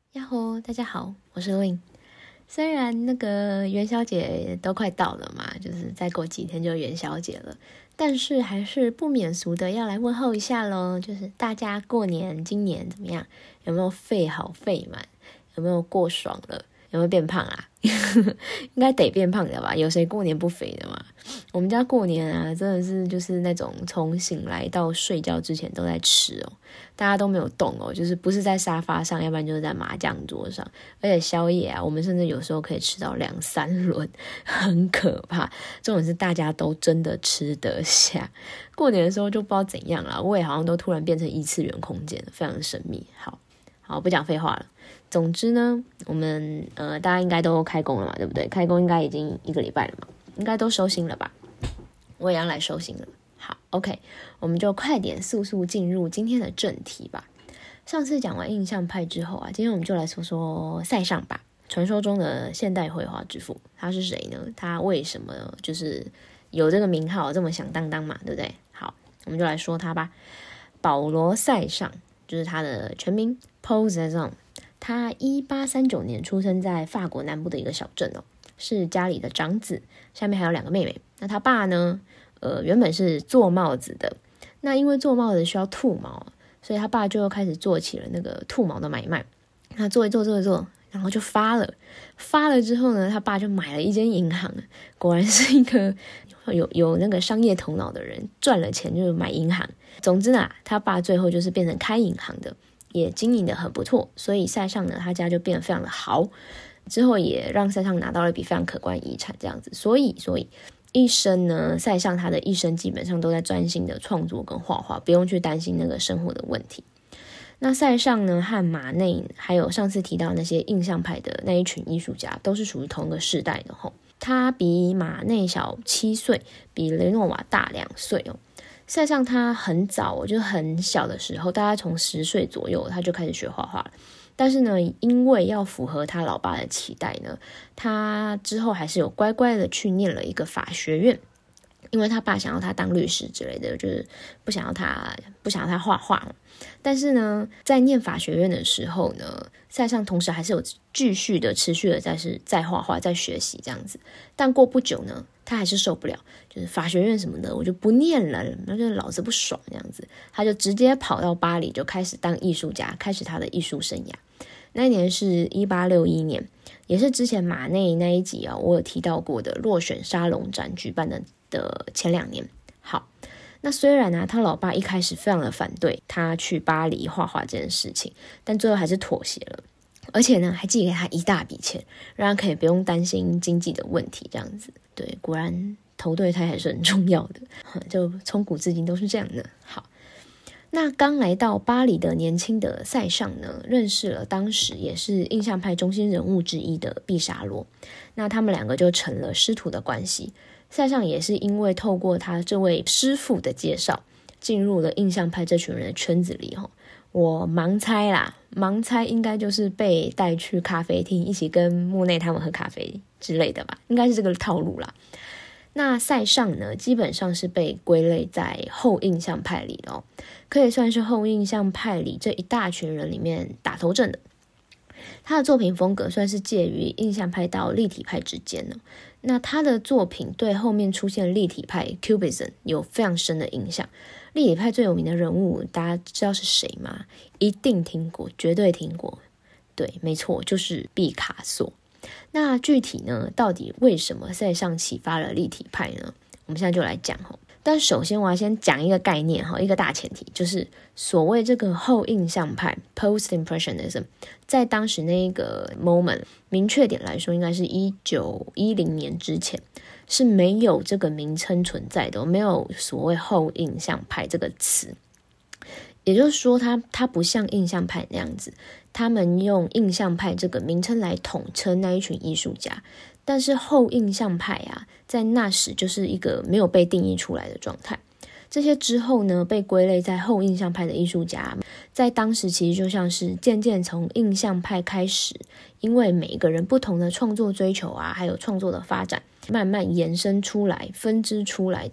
呀吼，大家好，我是 Lin。虽然那个元宵节都快到了嘛，就是再过几天就元宵节了，但是还是不免俗的要来问候一下咯，就是大家过年今年怎么样？有没有费好费满？有没有过爽了？有没有变胖啊？应该得变胖的吧？有谁过年不肥的嘛？我们家过年啊，真的是就是那种从醒来到睡觉之前都在吃哦，大家都没有动哦，就是不是在沙发上，要不然就是在麻将桌上，而且宵夜啊，我们甚至有时候可以吃到2-3轮，很可怕。重点是大家都真的吃得下，过年的时候就不知道怎样啦，胃好像都突然变成异次元空间了，非常的神秘。好，不讲废话了。总之呢，我们大家应该都开工了嘛，对不对？开工应该已经1个礼拜了嘛，应该都收心了吧？我也要来收心了。好 ，OK， 我们就快点速进入今天的正题吧。上次讲完印象派之后啊，今天我们就来说说塞尚吧，传说中的现代绘画之父。他是谁呢？他为什么就是有这个名号这么响当当嘛，对不对？好，我们就来说他吧。保罗·塞尚就是他的全名 Paul Cézanne。他1839年出生在法国南部的一个小镇哦，是家里的长子，下面还有2个妹妹。那他爸呢，原本是做帽子的，那因为做帽子需要兔毛，所以他爸就开始做起了那个兔毛的买卖。他做一做，然后就发了之后呢，他爸就买了一间银行，果然是一个有那个商业头脑的人，赚了钱就买银行。总之啊，他爸最后就是变成开银行的，也经营得很不错，所以塞尚呢，他家就变得非常的豪，之后也让塞尚拿到了一笔非常可观遗产，这样子。所以一生呢，塞尚他的一生基本上都在专心的创作跟画画，不用去担心那个生活的问题。那塞尚呢和马内还有上次提到那些印象派的那一群艺术家，都是属于同一个世代的吼。他比马内小7岁，比雷诺瓦大2岁哦。塞尚他很早，就很小的时候，大概从10岁左右，他就开始学画画了。但是呢，因为要符合他老爸的期待呢，他之后还是有乖乖的去念了一个法学院，因为他爸想要他当律师之类的，就是不想要他画画。但是呢，在念法学院的时候呢，塞尚同时还是有持续的在画画，在学习这样子。但过不久呢，他还是受不了，就是法学院什么的我就不念了，那就老子不爽这样子，他就直接跑到巴黎，就开始当艺术家，开始他的艺术生涯。那一年是1861年，也是之前马内那一集我有提到过的落选沙龙展举办的前2年。好，那虽然他老爸一开始非常的反对他去巴黎画画这件事情，但最后还是妥协了，而且呢还寄给他一大笔钱，让他可以不用担心经济的问题这样子。对，果然投对胎还是很重要的，就从古至今都是这样的。好，那刚来到巴黎的年轻的塞尚呢，认识了当时也是印象派中心人物之一的毕沙罗，那他们2个就成了师徒的关系。塞尚也是因为透过他这位师父的介绍，进入了印象派这群人的圈子里。我盲猜应该就是被带去咖啡厅一起跟莫内他们喝咖啡之类的吧，应该是这个套路啦。那塞尚呢，基本上是被归类在后印象派里的可以算是后印象派里这一大群人里面打头阵的。他的作品风格算是介于印象派到立体派之间那他的作品对后面出现立体派 Cubism 有非常深的影响。立体派最有名的人物大家知道是谁吗？一定听过，绝对听过。对，没错，就是毕卡索。那具体呢，到底为什么塞尚启发了立体派呢？我们现在就来讲但首先我要先讲一个概念一个大前提，就是所谓这个后印象派 Post-Impressionism 在当时那一个 moment 明确点来说应该是1910年之前是没有这个名称存在的，没有所谓后印象派这个词。也就是说它不像印象派那样子，他们用印象派这个名称来统称那一群艺术家，但是后印象派在那时就是一个没有被定义出来的状态。这些之后呢，被归类在后印象派的艺术家，在当时其实就像是渐渐从印象派开始，因为每一个人不同的创作追求还有创作的发展，慢慢延伸出来分支出来的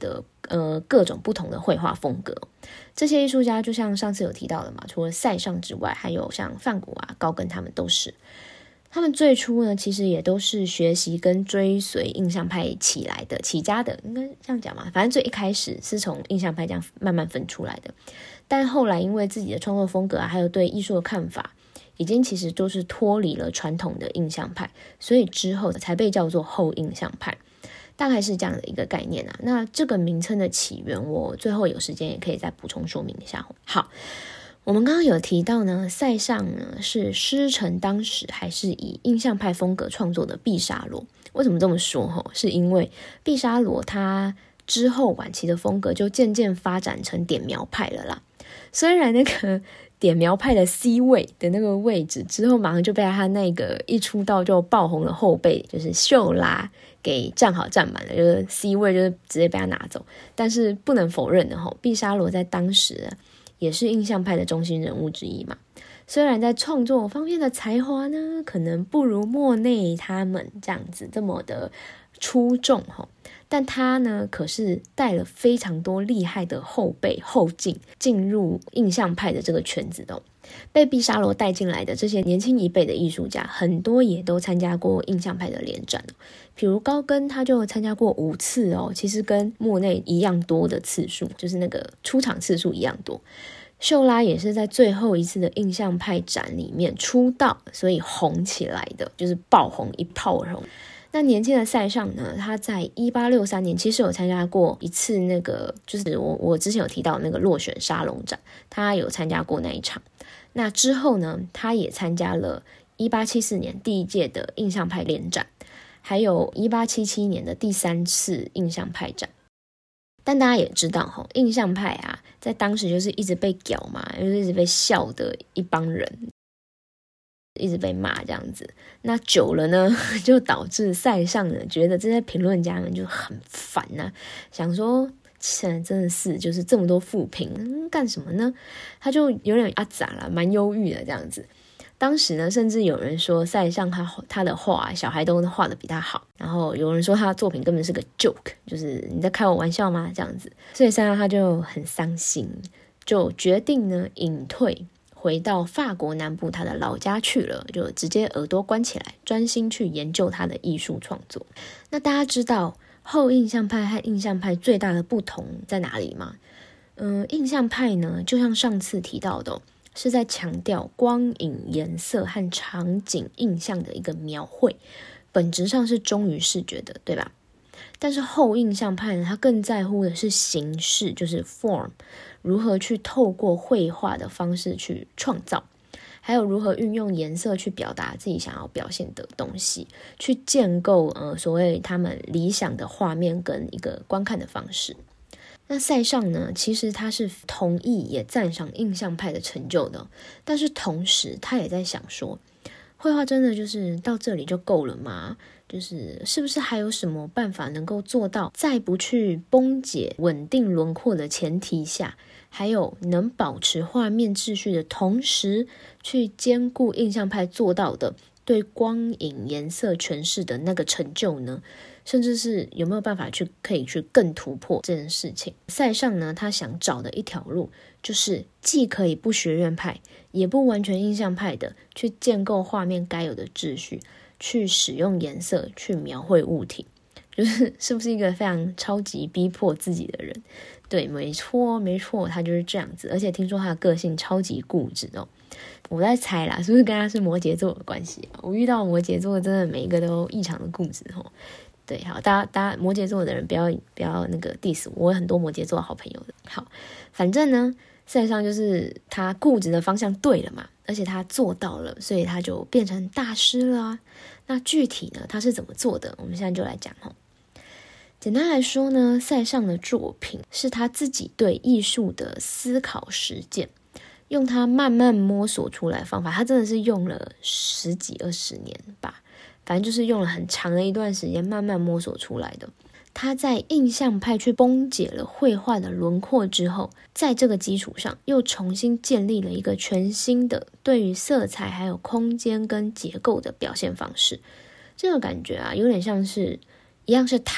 各种不同的绘画风格。这些艺术家就像上次有提到的嘛，除了塞尚之外，还有像梵谷啊、高更他们都是。他们最初呢，其实也都是学习跟追随印象派起家的，应该这样讲嘛。反正最一开始是从印象派这样慢慢分出来的，但后来因为自己的创作风格啊，还有对艺术的看法，已经其实都是脱离了传统的印象派，所以之后才被叫做后印象派。大概是这样的一个概念啊。那这个名称的起源，我最后有时间也可以再补充说明一下。好，我们刚刚有提到呢，塞尚呢是师承当时还是以印象派风格创作的毕沙罗。为什么这么说？是因为毕沙罗他之后晚期的风格就渐渐发展成点描派了啦。虽然那个点描派的 C 位的那个位置之后马上就被他那个一出道就爆红的后辈就是秀拉给占满了，就是 C 位就是直接被他拿走。但是不能否认的毕沙罗在当时也是印象派的中心人物之一嘛。虽然在创作方面的才华呢，可能不如莫内他们这样子这么的出众但他呢可是带了非常多厉害的后辈后进入印象派的这个圈子的被毕沙罗带进来的这些年轻一辈的艺术家，很多也都参加过印象派的联展比如高更他就参加过5次其实跟莫内一样多的次数，就是那个出场次数一样多。秀拉也是在最后一次的印象派展里面出道，所以红起来的，就是爆红一炮而红。那年轻的塞尚呢，他在1863年其实有参加过一次那个，就是我之前有提到那个落选沙龙展，他有参加过那一场。那之后呢，他也参加了1874年第1届的印象派联展，还有1877年的第3次印象派展。但大家也知道印象派啊，在当时就是一直被屌嘛，就是一直被笑的一帮人，一直被骂这样子。那久了呢，就导致塞尚呢觉得这些评论家们就很烦啊，想说现在真的是就是这么多负评干什么呢？他就有点阿杂啦，蛮忧郁的这样子。当时呢，甚至有人说塞尚他的画小孩都画的比他好，然后有人说他的作品根本是个 joke， 就是你在开我玩笑吗这样子。所以塞尚他就很伤心，就决定呢隐退回到法国南部他的老家去了，就直接耳朵关起来，专心去研究他的艺术创作。那大家知道后印象派和印象派最大的不同在哪里吗？印象派呢，就像上次提到的是在强调光影、颜色和场景印象的一个描绘，本质上是忠于视觉的，对吧？但是后印象派呢，他更在乎的是形式，就是 form， 如何去透过绘画的方式去创造，还有如何运用颜色去表达自己想要表现的东西，去建构所谓他们理想的画面跟一个观看的方式。那塞尚呢，其实他是同意也赞赏印象派的成就的，但是同时他也在想说，绘画真的就是到这里就够了吗？是不是还有什么办法能够做到在不去崩解稳定轮廓的前提下，还有能保持画面秩序的同时，去兼顾印象派做到的对光影颜色诠释的那个成就呢？甚至是有没有办法可以去更突破这件事情。塞尚呢，他想找的一条路就是既可以不学院派也不完全印象派的去建构画面该有的秩序，去使用颜色去描绘物体。是不是一个非常超级逼迫自己的人？对，没错，他就是这样子。而且听说他的个性超级固执我在猜啦，是不是跟他是摩羯座的关系？我遇到摩羯座真的每一个都异常的固执对，好，大家摩羯座的人不要那个 diss 我，有很多摩羯座的好朋友的。好，反正呢，塞尚就是他固执的方向对了嘛，而且他做到了，所以他就变成大师了啊。那具体呢，他是怎么做的？我们现在就来讲简单来说呢，塞尚的作品是他自己对艺术的思考实践，用他慢慢摸索出来的方法，他真的是用了10几20年吧。反正就是用了很长的一段时间慢慢摸索出来的。他在印象派去崩解了绘画的轮廓之后，在这个基础上又重新建立了一个全新的对于色彩还有空间跟结构的表现方式。这个感觉啊，有点像是一样是糖，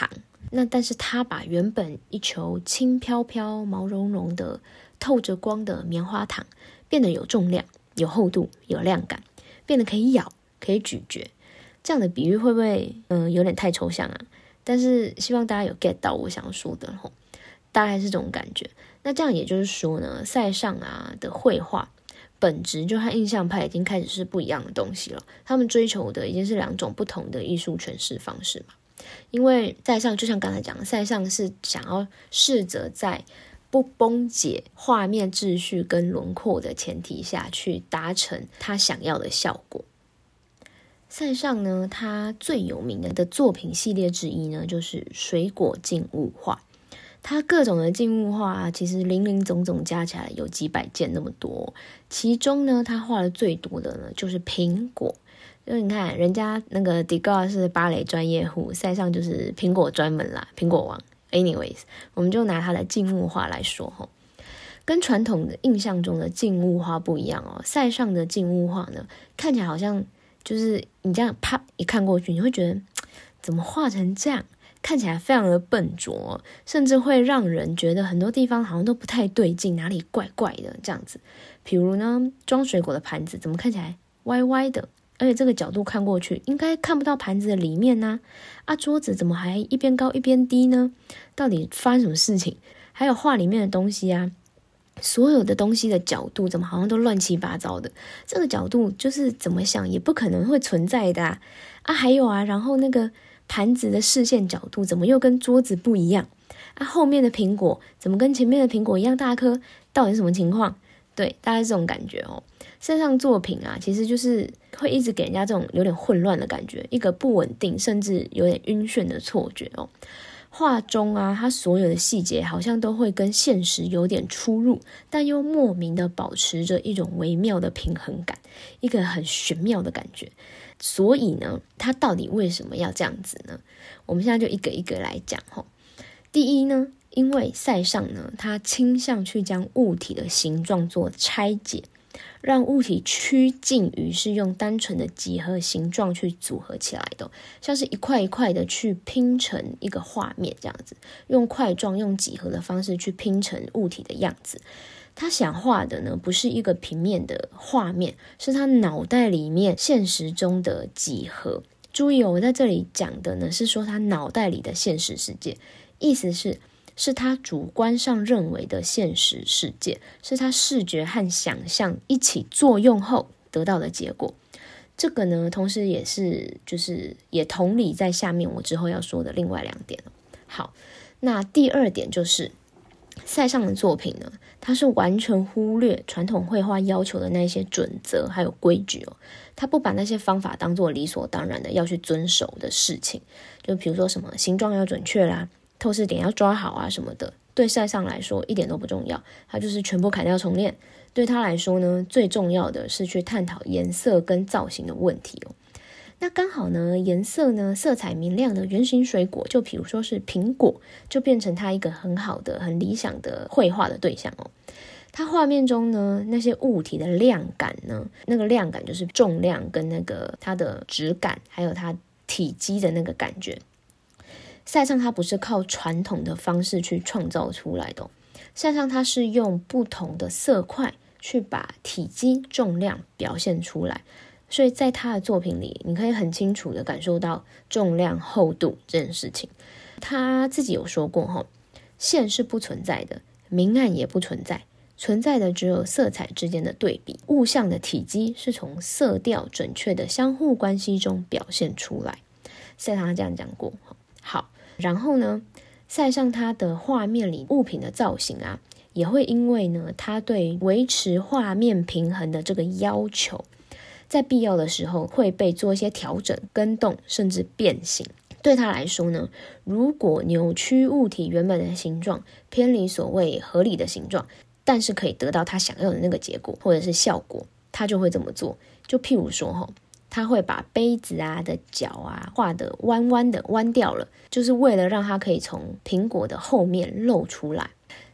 那但是他把原本一球轻飘飘、毛茸茸的、透着光的棉花糖变得有重量、有厚度、有量感，变得可以咬、可以咀嚼。这样的比喻会不会有点太抽象啊？但是希望大家有 get 到我想说的吼，大概是这种感觉。那这样也就是说呢，塞尚啊的绘画本质就和印象派已经开始是不一样的东西了，他们追求的已经是两种不同的艺术诠释方式嘛。因为塞尚就像刚才讲的，塞尚是想要试着在不崩解画面秩序跟轮廓的前提下去达成他想要的效果。塞尚呢，他最有名的作品系列之一呢，就是水果静物画。他各种的静物画其实零零总总加起来有几百件那么多，其中呢，他画的最多的呢就是苹果。就是你看人家那个 Degas 是芭蕾专业户，塞尚就是苹果专门啦，苹果王。Anyways， 我们就拿他的静物画来说吼，跟传统的印象中的静物画不一样哦。塞尚的静物画呢，看起来好像就是你这样啪一看过去，你会觉得怎么画成这样，看起来非常的笨拙，甚至会让人觉得很多地方好像都不太对劲，哪里怪怪的这样子。比如呢，装水果的盘子怎么看起来歪歪的，而且这个角度看过去应该看不到盘子的里面呢？桌子怎么还一边高一边低呢？到底发生什么事情？还有画里面的东西啊，所有的东西的角度怎么好像都乱七八糟的？这个角度就是怎么想也不可能会存在的啊！还有啊，然后那个盘子的视线角度怎么又跟桌子不一样？后面的苹果怎么跟前面的苹果一样大颗？到底是什么情况？对，大概是这种感觉哦。塞尚作品啊，其实就是会一直给人家这种有点混乱的感觉，一个不稳定甚至有点晕眩的错觉哦。画中啊，它所有的细节好像都会跟现实有点出入，但又莫名的保持着一种微妙的平衡感，一个很玄妙的感觉。所以呢，它到底为什么要这样子呢？我们现在就一个一个来讲吼。第一呢，因为塞尚呢，他倾向去将物体的形状做拆解，让物体趋近于是用单纯的几何形状去组合起来的，像是一块一块的去拼成一个画面这样子，用块状用几何的方式去拼成物体的样子。他想画的呢，不是一个平面的画面，是他脑袋里面现实中的几何。注意我在这里讲的呢，是说他脑袋里的现实世界，意思是他主观上认为的现实世界，是他视觉和想象一起作用后得到的结果。这个呢，同时也是也同理在下面我之后要说的另外两点。好，那第二点就是塞尚的作品呢，他是完全忽略传统绘画要求的那些准则还有规矩哦，他不把那些方法当作理所当然的要去遵守的事情，就比如说什么形状要准确啦，透视点要抓好啊什么的，对塞尚来说一点都不重要，他就是全部砍掉重练。对他来说呢，最重要的是去探讨颜色跟造型的问题哦。那刚好呢，颜色呢，色彩明亮的圆形水果，就比如说是苹果，就变成他一个很好的、很理想的绘画的对象哦。他画面中呢，那些物体的量感呢，那个量感就是重量跟那个它的质感，还有它体积的那个感觉。塞尚他不是靠传统的方式去创造出来的哦，塞尚他是用不同的色块去把体积、重量表现出来。所以在他的作品里，你可以很清楚的感受到重量、厚度这件事情。他自己有说过线是不存在的，明暗也不存在，存在的只有色彩之间的对比。物象的体积是从色调准确的相互关系中表现出来。塞尚这样讲过。好，然后呢，塞尚他的画面里物品的造型啊，也会因为呢，他对维持画面平衡的这个要求，在必要的时候会被做一些调整、更动，甚至变形。对他来说呢，如果扭曲物体原本的形状，偏离所谓合理的形状，但是可以得到他想要的那个结果或者是效果，他就会这么做。就譬如说他会把杯子啊的角啊画得弯弯的，弯掉了，就是为了让它可以从苹果的后面露出来。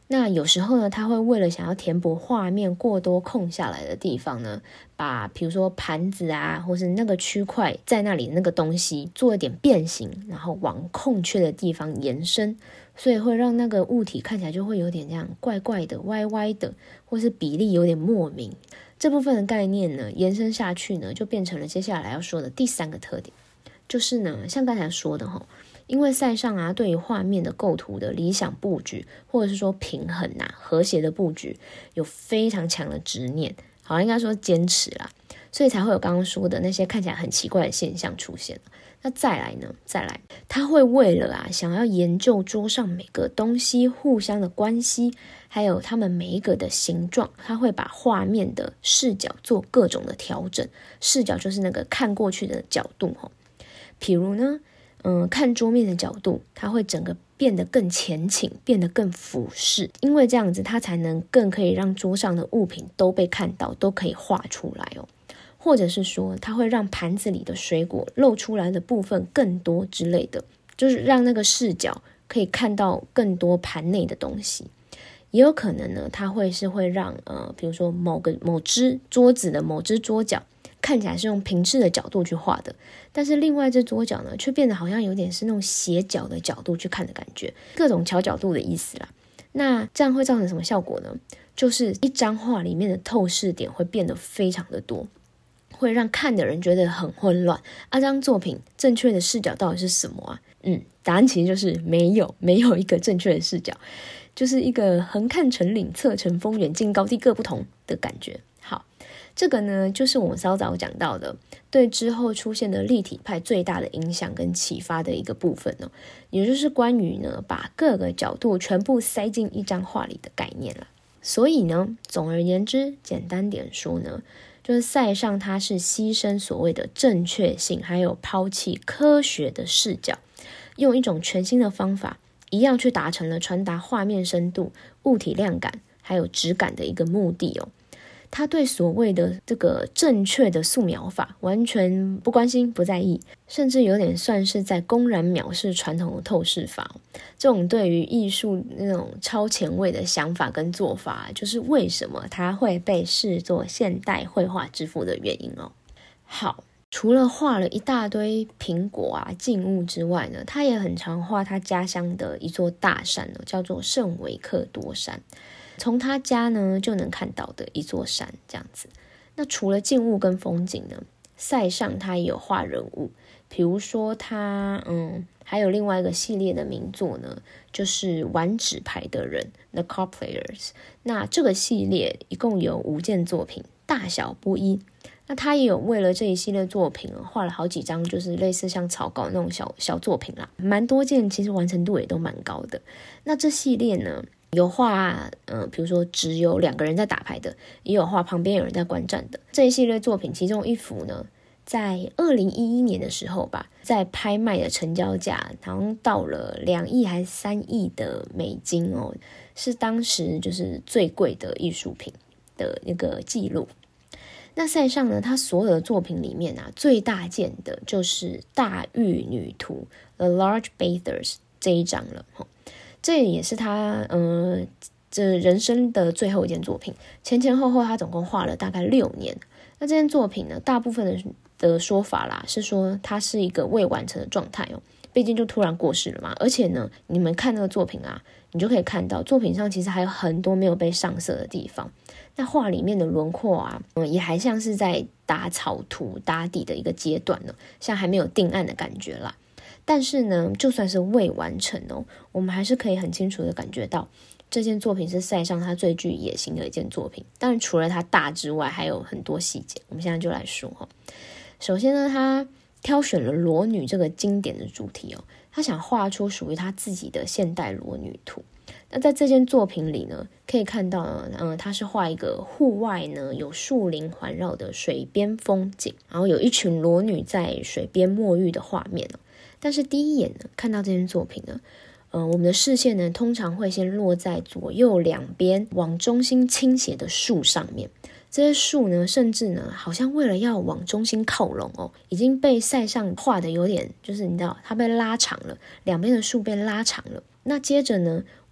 那有时候呢，他会为了想要填补画面过多空下来的地方呢，把比如说盘子啊，或是那个区块在那里那个东西做一点变形，然后往空缺的地方延伸，所以会让那个物体看起来就会有点这样怪怪的、歪歪的，或是比例有点莫名。这部分的概念呢，延伸下去呢，就变成了接下来要说的第3个特点，就是呢，像刚才说的因为塞尚啊，对于画面的构图的理想布局，或者是说平衡啊、和谐的布局，有非常强的执念，好，应该说坚持啦，所以才会有刚刚说的那些看起来很奇怪的现象出现。那再来，他会为了想要研究桌上每个东西互相的关系，还有他们每一个的形状，他会把画面的视角做各种的调整。视角就是那个看过去的角度比如呢看桌面的角度，它会整个变得更前倾，变得更俯视，因为这样子它才能更可以让桌上的物品都被看到，都可以画出来或者是说它会让盘子里的水果露出来的部分更多之类的，就是让那个视角可以看到更多盘内的东西。也有可能呢，它会让比如说某只桌子的某只桌角看起来是用平视的角度去画的，但是另外这桌角呢，却变得好像有点是那种斜角的角度去看的感觉，各种调角度的意思啦。那这样会造成什么效果呢？就是一张画里面的透视点会变得非常的多，会让看的人觉得很混乱。这张作品正确的视角到底是什么啊？答案其实就是没有一个正确的视角，就是一个横看成岭，侧成峰，远近高低各不同的感觉。好，这个呢，就是我们稍早讲到的，对之后出现的立体派最大的影响跟启发的一个部分也就是关于呢，把各个角度全部塞进一张画里的概念啦。所以呢，总而言之，简单点说呢，就是塞尚他是牺牲所谓的正确性，还有抛弃科学的视角，用一种全新的方法，一样去达成了传达画面深度、物体量感还有质感的一个目的他对所谓的这个正确的素描法完全不关心不在意，甚至有点算是在公然藐视传统的透视法这种对于艺术那种超前卫的想法跟做法，就是为什么它会被视作现代绘画之父的原因好，除了画了一大堆苹果静物之外呢，他也很常画他家乡的一座大山叫做圣维克多山，从他家呢就能看到的一座山这样子。那除了静物跟风景呢，塞尚他也有画人物，比如说他还有另外一个系列的名作呢，就是玩纸牌的人 The Card Players。 那这个系列一共有5件作品，大小不一。那他也有为了这一系列作品画了好几张，就是类似像草稿那种小作品啦，蛮多件，其实完成度也都蛮高的。那这系列呢，有画比如说只有2个人在打牌的，也有画旁边有人在观战的。这一系列作品其中一幅呢，在2011年的时候吧，在拍卖的成交价好像到了2亿还是3亿的美金是当时就是最贵的艺术品的一个记录。那塞尚呢，他所有的作品里面最大件的就是大玉女图 The Large Bathers 这一张了这也是他这人生的最后一件作品，前后他总共画了大概6年。那这件作品呢，大部分的说法啦是说它是一个未完成的状态毕竟就突然过世了嘛。而且呢，你们看那个作品你就可以看到作品上其实还有很多没有被上色的地方。那画里面的轮廓也还像是在打草图打底的一个阶段像还没有定案的感觉啦。但是呢，就算是未完成我们还是可以很清楚的感觉到这件作品是塞尚他最具野心的一件作品。当然除了它大之外，还有很多细节，我们现在就来说首先呢，他挑选了裸女这个经典的主题他想画出属于他自己的现代裸女图。那在这件作品里呢，可以看到他是画一个户外呢有树林环绕的水边风景，然后有一群裸女在水边沐浴的画面但是第一眼呢，看到这件作品呢，我们的视线呢通常会先落在左右两边往中心倾斜的树上面。这些树呢，甚至呢好像为了要往中心靠拢已经被塞尚画的有点，就是你知道它被拉长了，两边的树被拉长了。那接着呢，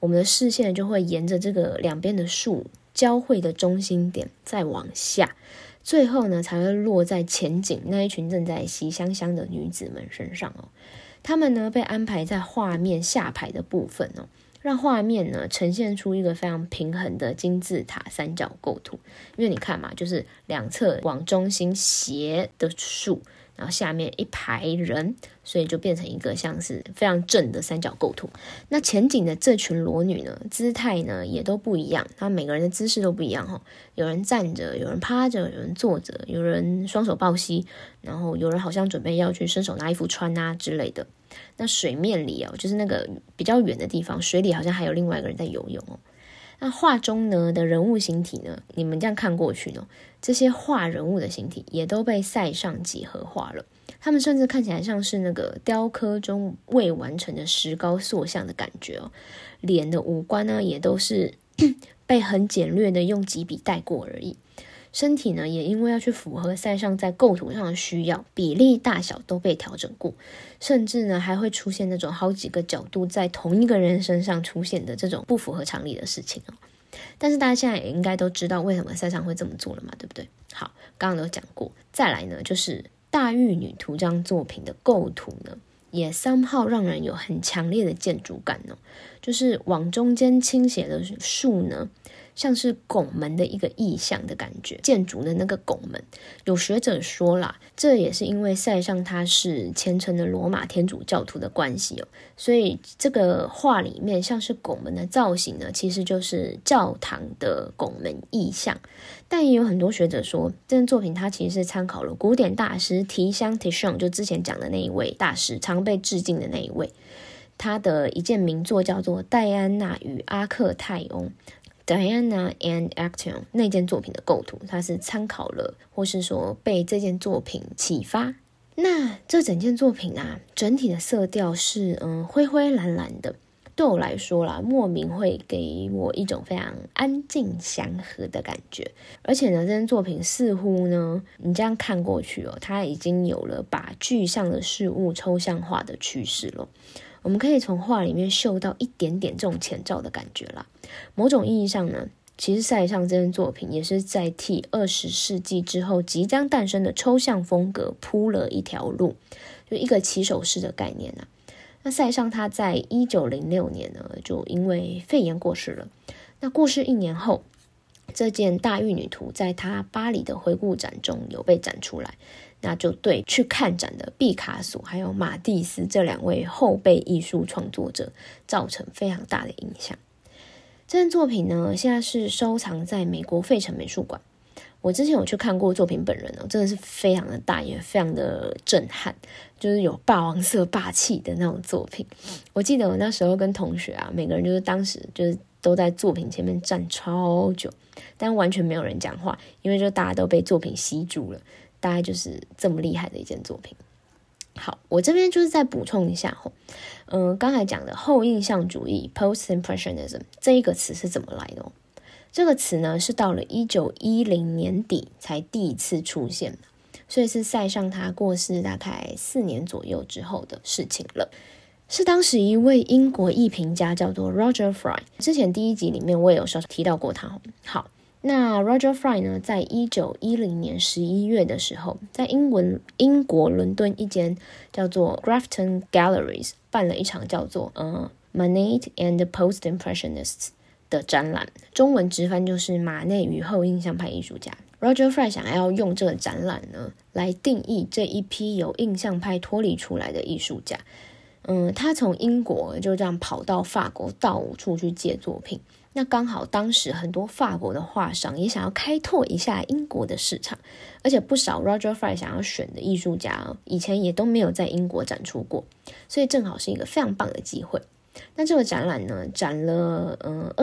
我们的视线就会沿着这个两边的树交汇的中心点再往下，最后呢才会落在前景那一群正在喜香香的女子们身上哦。她们呢被安排在画面下排的部分哦，让画面呢呈现出一个非常平衡的金字塔三角构图。因为你看嘛，就是两侧往中心斜的树，然后下面一排人，所以就变成一个像是非常正的三角构图。那前景的这群裸女呢，姿态呢也都不一样，她每个人的姿势都不一样哦。有人站着，有人趴着，有人坐着，有人双手抱膝，然后有人好像准备要去伸手拿衣服穿啊之类的。那水面里哦，就是那个比较远的地方，水里好像还有另外一个人在游泳哦。那画中呢的人物形体呢，你们这样看过去呢，这些画人物的形体也都被塞上几何化了。他们甚至看起来像是那个雕刻中未完成的石膏塑像的感觉哦。脸的五官呢，也都是被很简略的用几笔带过而已。身体呢，也因为要去符合塞尚在构图上的需要，比例大小都被调整过，甚至呢还会出现那种好几个角度在同一个人身上出现的这种不符合常理的事情哦。但是大家现在也应该都知道为什么塞尚会这么做了嘛，对不对？好，刚刚都讲过。再来呢，就是大玉女图这张作品的构图呢，也somehow让人有很强烈的建筑感哦。就是往中间倾斜的树呢，像是拱门的一个意象的感觉，建筑的那个拱门。有学者说啦，这也是因为塞尚他是虔诚的罗马天主教徒的关系哦，所以这个画里面像是拱门的造型呢，其实就是教堂的拱门意象。但也有很多学者说，这件作品它其实是参考了古典大师提香 Titian， 就之前讲的那一位大师，常被致敬的那一位。他的一件名作叫做《戴安娜与阿克泰翁》Diana and Actaeon 那件作品的构图，它是参考了或是说被这件作品启发。那这整件作品啊，整体的色调是灰灰蓝蓝的，对我来说啦，莫名会给我一种非常安静祥和的感觉。而且呢，这件作品似乎呢，你这样看过去哦，它已经有了把具象的事物抽象化的趋势了。我们可以从画里面嗅到一点点这种前兆的感觉啦。某种意义上呢，其实塞尚这件作品也是在替20世纪之后即将诞生的抽象风格铺了一条路，就一个起手式的概念啊。那塞尚他在1906年呢，就因为肺炎过世了。那过世1年后，这件大玉女图在他巴黎的回顾展中有被展出来，那就对去看展的毕卡索还有马蒂斯这2位后辈艺术创作者造成非常大的影响。这件作品呢，现在是收藏在美国费城美术馆。我之前有去看过作品本人哦，真的是非常的大，也非常的震撼，就是有霸王色霸气的那种作品。我记得我那时候跟同学啊，每个人就是当时就是都在作品前面站超久，但完全没有人讲话，因为就大家都被作品吸住了，大概就是这么厉害的一件作品。好，我这边就是再补充一下刚才讲的后印象主义 Post-Impressionism 这一个词是怎么来的这个词呢，是到了1910年底才第一次出现，所以是塞尚他过世大概4年左右之后的事情了。是当时一位英国艺评家叫做 Roger Fry， 之前第1集里面我也有稍稍提到过他。好，那 Roger Fry 呢，在1910年11月的时候，在英国伦敦一间叫做 Grafton Galleries 办了一场叫做Manet and Post-Impressionists 的展览，中文直翻就是马内与后印象派艺术家。Roger Fry 想要用这个展览呢，来定义这一批由印象派脱离出来的艺术家。他从英国就这样跑到法国到处去借作品。那刚好当时很多法国的画商也想要开拓一下英国的市场，而且不少 Roger Fry 想要选的艺术家以前也都没有在英国展出过，所以正好是一个非常棒的机会。那这个展览呢，展了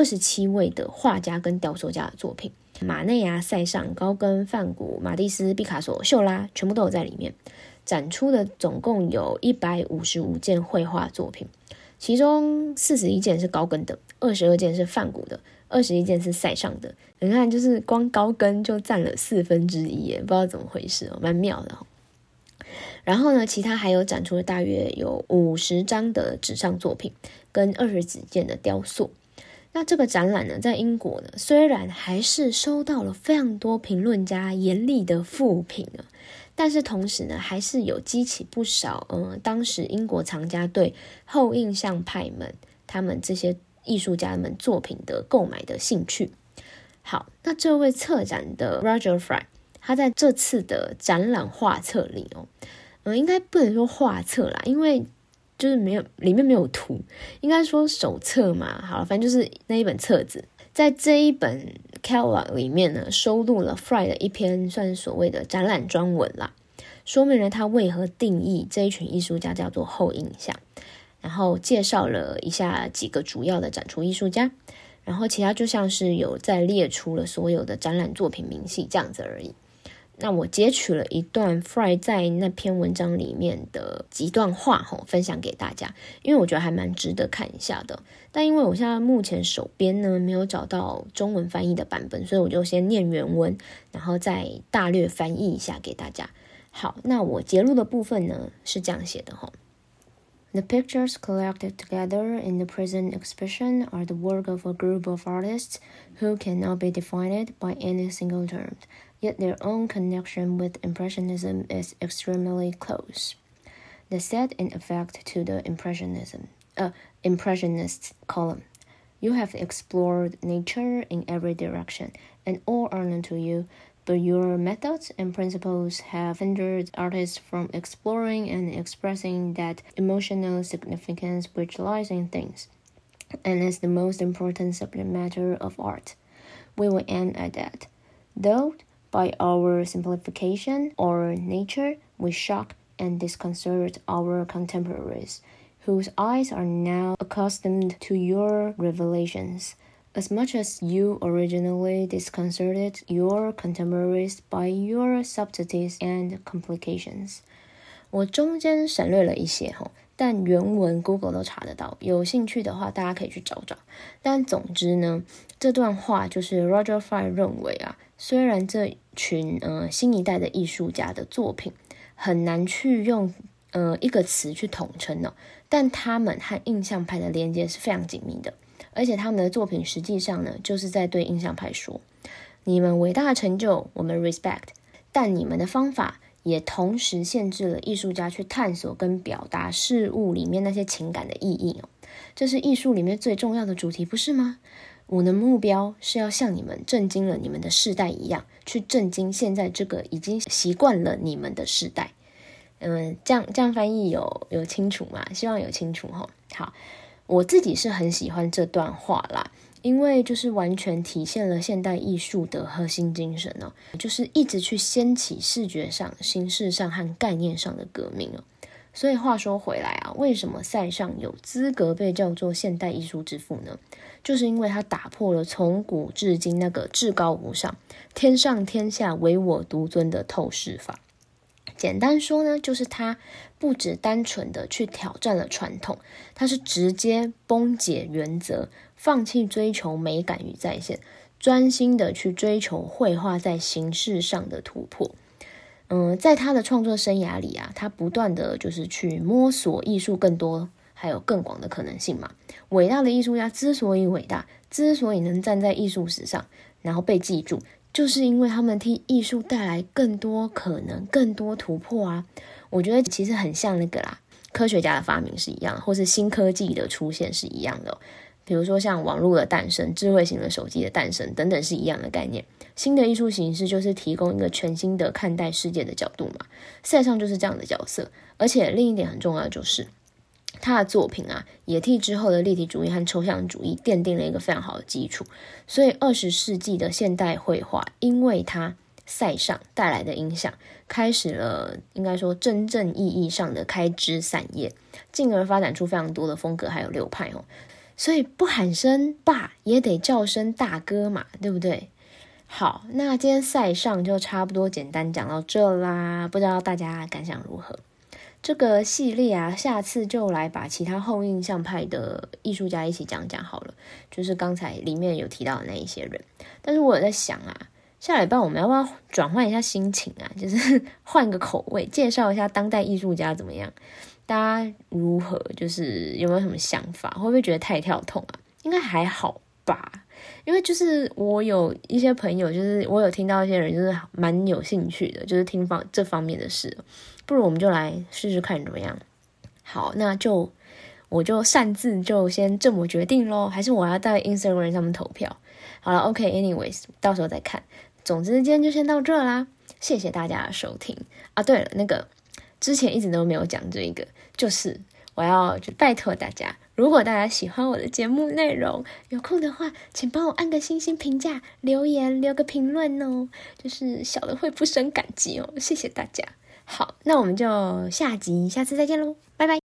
27位的画家跟雕塑家的作品，马内啊、塞尚、高更、梵谷、马蒂斯、毕卡索、秀拉全部都有在里面。展出的总共有155件绘画作品，其中41件是高更的，22件是梵谷的，21件是塞尚的。你看，就是光高更就占了1/4耶，不知道怎么回事蛮妙的然后呢，其他还有展出了大约有50张的纸上作品，跟20几件的雕塑。 那这个展览呢，在英国呢，虽然还是收到了非常多评论家严厉的负评啊，但是同时呢，还是有激起不少当时英国藏家对后印象派们他们这些艺术家们作品的购买的兴趣。好，那这位策展的 Roger Fry， 他在这次的展览画册里应该不能说画册啦，因为就是里面没有图，应该说手册嘛。好了，反正就是那一本册子，在这一本 catalog 里面呢，收录了 Fry 的一篇算是所谓的展览专文啦，说明了他为何定义这一群艺术家叫做后印象，然后介绍了一下几个主要的展出艺术家，然后其他就像是有在列出了所有的展览作品明细这样子而已。那我截取了一段 Fry 在那篇文章里面的几段话分享给大家，因为我觉得还蛮值得看一下的。但因为我现在目前手边呢没有找到中文翻译的版本，所以我就先念原文，然后再大略翻译一下给大家。好，那我截录的部分呢是这样写的：The pictures collected together in the present exhibition are the work of a group of artists who cannot be defined by any single term, yet their own connection with Impressionism is extremely close. The set in effect to the Impressionist column. You have explored nature in every direction, and all are known to you.But your methods and principles have hindered artists from exploring and expressing that emotional significance which lies in things, and is the most important subject matter of art. We will end at that. Though, by our simplification or nature, we shock and disconcert our contemporaries, whose eyes are now accustomed to your revelations.As much as you originally disconcerted your contemporaries by your subtleties and complications. 我中间省略了一些但原文 Google 都查得到，有兴趣的话大家可以去找找。但总之呢，这段话就是 Roger Fry 认为虽然这群新一代的艺术家的作品很难去用一个词去统称但他们和印象派的连接是非常紧密的。而且他们的作品实际上呢，就是在对印象派说，你们伟大的成就我们 respect， 但你们的方法也同时限制了艺术家去探索跟表达事物里面那些情感的意义这是艺术里面最重要的主题，不是吗？我的目标是要像你们震惊了你们的世代一样，去震惊现在这个已经习惯了你们的世代。这样翻译有清楚吗？希望有清楚好，我自己是很喜欢这段话啦，因为就是完全体现了现代艺术的核心精神就是一直去掀起视觉上、形式上和概念上的革命所以话说回来为什么塞尚有资格被叫做现代艺术之父呢？就是因为他打破了从古至今那个至高无上、天上天下唯我独尊的透视法。简单说呢，就是他不只单纯的去挑战了传统，他是直接崩解原则，放弃追求美感与再现，专心的去追求绘画在形式上的突破。在他的创作生涯里他不断的就是去摸索艺术更多还有更广的可能性嘛。伟大的艺术家之所以伟大，之所以能站在艺术史上，然后被记住，就是因为他们替艺术带来更多可能、更多突破我觉得其实很像那个科学家的发明是一样，或是新科技的出现是一样的比如说像网络的诞生、智慧型的手机的诞生等等是一样的概念。新的艺术形式就是提供一个全新的看待世界的角度嘛。塞尚就是这样的角色，而且另一点很重要的就是他的作品也替之后的立体主义和抽象主义奠定了一个非常好的基础。所以20世纪的现代绘画因为他塞尚带来的影响，开始了应该说真正意义上的开枝散叶，进而发展出非常多的风格还有流派所以不喊声爸也得叫声大哥嘛，对不对？好，那今天塞尚就差不多简单讲到这啦，不知道大家感想如何？这个系列下次就来把其他后印象派的艺术家一起讲讲好了，就是刚才里面有提到的那一些人。但是我有在想下礼拜我们要不要转换一下心情就是换个口味，介绍一下当代艺术家怎么样？大家如何？就是有没有什么想法？会不会觉得太跳痛应该还好吧。因为就是我有一些朋友，就是我有听到一些人就是蛮有兴趣的，就是听这方面的事，不如我们就来试试看怎么样。好，那我就擅自就先这么决定咯，还是我要在 Instagram 上面投票？好了 ，OK，anyways，到时候再看。总之今天就先到这啦，谢谢大家的收听啊。对了，那个之前一直都没有讲这个，就是我要就拜托大家，如果大家喜欢我的节目内容，有空的话，请帮我按个星星评价，留言留个评论哦，就是小的会不胜感激哦，谢谢大家。好，那我们就下次再见咯，拜拜。